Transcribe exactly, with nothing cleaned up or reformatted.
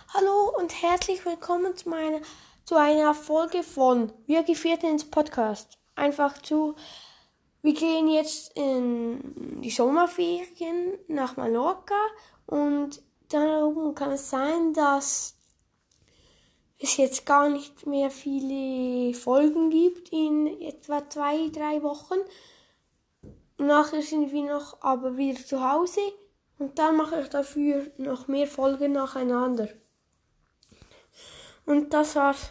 Hallo und herzlich willkommen zu, meiner, zu einer Folge von Wir geführt ins Podcast. Einfach zu, wir gehen jetzt in die Sommerferien nach Mallorca und darum kann es sein, dass es jetzt gar nicht mehr viele Folgen gibt in etwa zwei, drei Wochen. Nachher sind wir noch aber wieder zu Hause und dann mache ich dafür noch mehr Folgen nacheinander. Und das war's